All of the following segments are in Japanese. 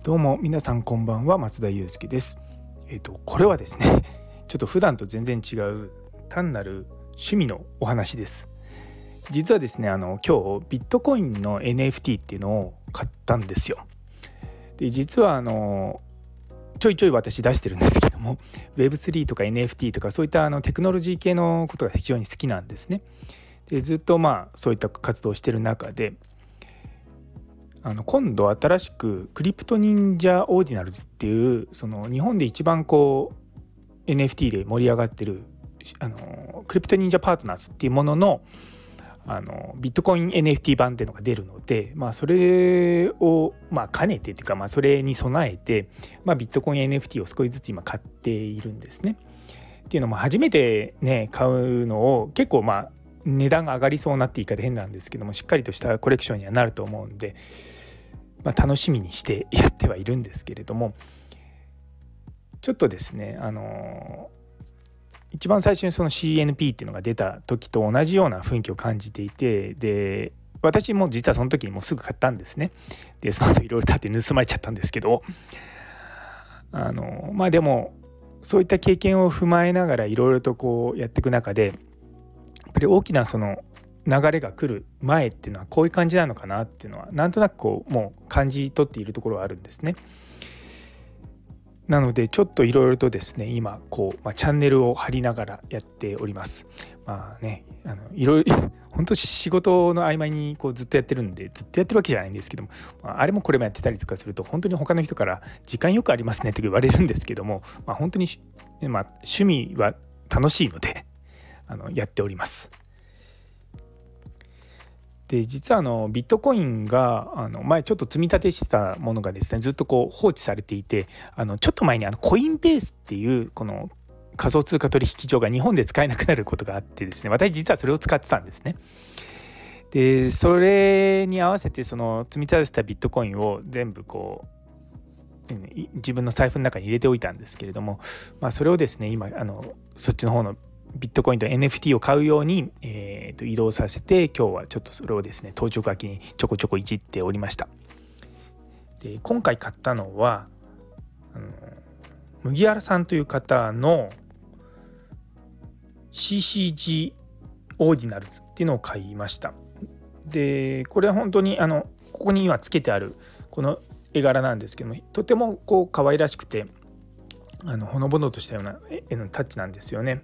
どうも皆さんこんばんは、松田祐介です。これはですねちょっと普段と全然違う単なる趣味のお話です。実はですね今日ビットコインの NFT っていうのを買ったんですよ。で実はちょいちょい私出してるんですけども Web3 とか NFT とかそういったテクノロジー系のことが非常に好きなんですね。でずっとそういった活動をしてる中で今度新しくクリプト忍者オーディナルズっていうその日本で一番NFT で盛り上がってるクリプト忍者パートナーズっていうもののビットコイン NFT 版っていうのが出るので、それを兼ねてというか、それに備えて、ビットコイン NFT を少しずつ今買っているんですね。っていうのも初めてね買うのを結構値段が上がりそうなって言い方変なんですけども、しっかりとしたコレクションにはなると思うんで、楽しみにしてやってはいるんですけれども、ちょっとですね一番最初にその CNP っていうのが出た時と同じような雰囲気を感じていて、で私も実はその時にもうすぐ買ったんですね。でその後いろいろ経って盗まれちゃったんですけど、でもそういった経験を踏まえながらいろいろとやっていく中で、やっぱり大きなその流れが来る前っていうのはこういう感じなのかなっていうのはなんとなくもう感じ取っているところはあるんですね。なのでちょっといろいろとですね今チャンネルを張りながらやっております。いろいろ本当仕事の合間にずっとやってるんで、ずっとやってるわけじゃないんですけども、あれもこれもやってたりとかすると本当に他の人から時間よくありますねって言われるんですけども、本当に趣味は楽しいのでやっております。で実はビットコインが前ちょっと積み立てしてたものがですねずっと放置されていて、ちょっと前にコインベースっていうこの仮想通貨取引所が日本で使えなくなることがあってですね、私実はそれを使ってたんですね。でそれに合わせてその積み立てたビットコインを全部自分の財布の中に入れておいたんですけれども、それをですね今そっちの方のビットコインと NFT を買うように、移動させて、今日はちょっとそれをですね当直明けにちょこちょこいじっておりました。で今回買ったのは麦わらさんという方の CCG オーディナルズっていうのを買いました。でこれは本当にここに今つけてあるこの絵柄なんですけども、とても可愛らしくてほのぼのとしたような絵のタッチなんですよね。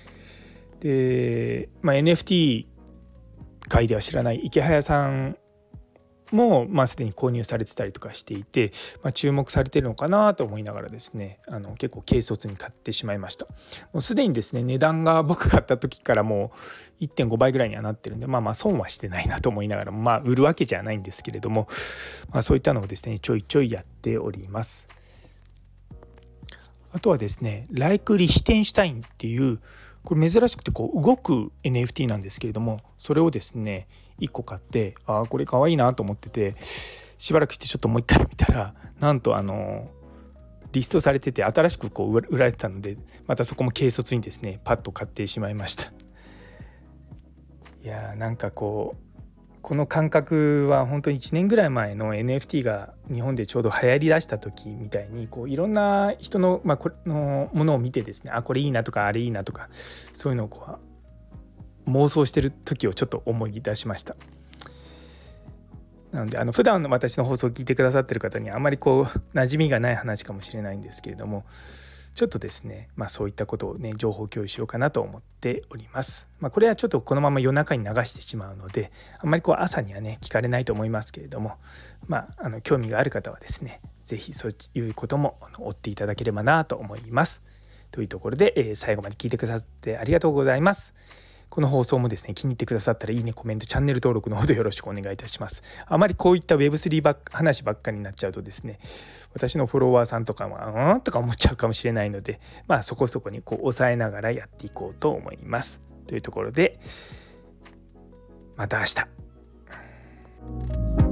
で、NFT 界では知らない池早さんもすでに購入されてたりとかしていて、注目されてるのかなと思いながらですね結構軽率に買ってしまいました。もうすでにですね値段が僕買った時からもう 1.5 倍ぐらいにはなってるんで、損はしてないなと思いながらも、売るわけじゃないんですけれども、そういったのをですねちょいちょいやっております。あとはですねライク・リヒテンシュタインっていうこれ珍しくて動く NFT なんですけれども、それをですね1個買って、これかわいいなと思ってて、しばらくしてちょっともう一回見たらなんとリストされてて新しく売られてたので、またそこも軽率にですねパッと買ってしまいました。いやなんかこの感覚は本当に1年ぐらい前の NFT が日本でちょうど流行りだした時みたいにいろんな人の、このものを見てですね、これいいなとかあれいいなとかそういうのを妄想してる時をちょっと思い出しました。なので普段の私の放送を聞いてくださってる方にはあまり馴染みがない話かもしれないんですけれども、ちょっとですね、そういったことをね情報共有しようかなと思っております。これはちょっとこのまま夜中に流してしまうので、あんまり朝にはね聞かれないと思いますけれども、興味がある方はですねぜひそういうことも追っていただければなと思います。というところで、最後まで聞いてくださってありがとうございます。この放送もですね気に入ってくださったらいいね、コメント、チャンネル登録のほどよろしくお願いいたします。あまりこういった Web3 話ばっかりになっちゃうとですね、私のフォロワーさんとかはとか思っちゃうかもしれないので、そこそこに抑えながらやっていこうと思います。というところでまた明日。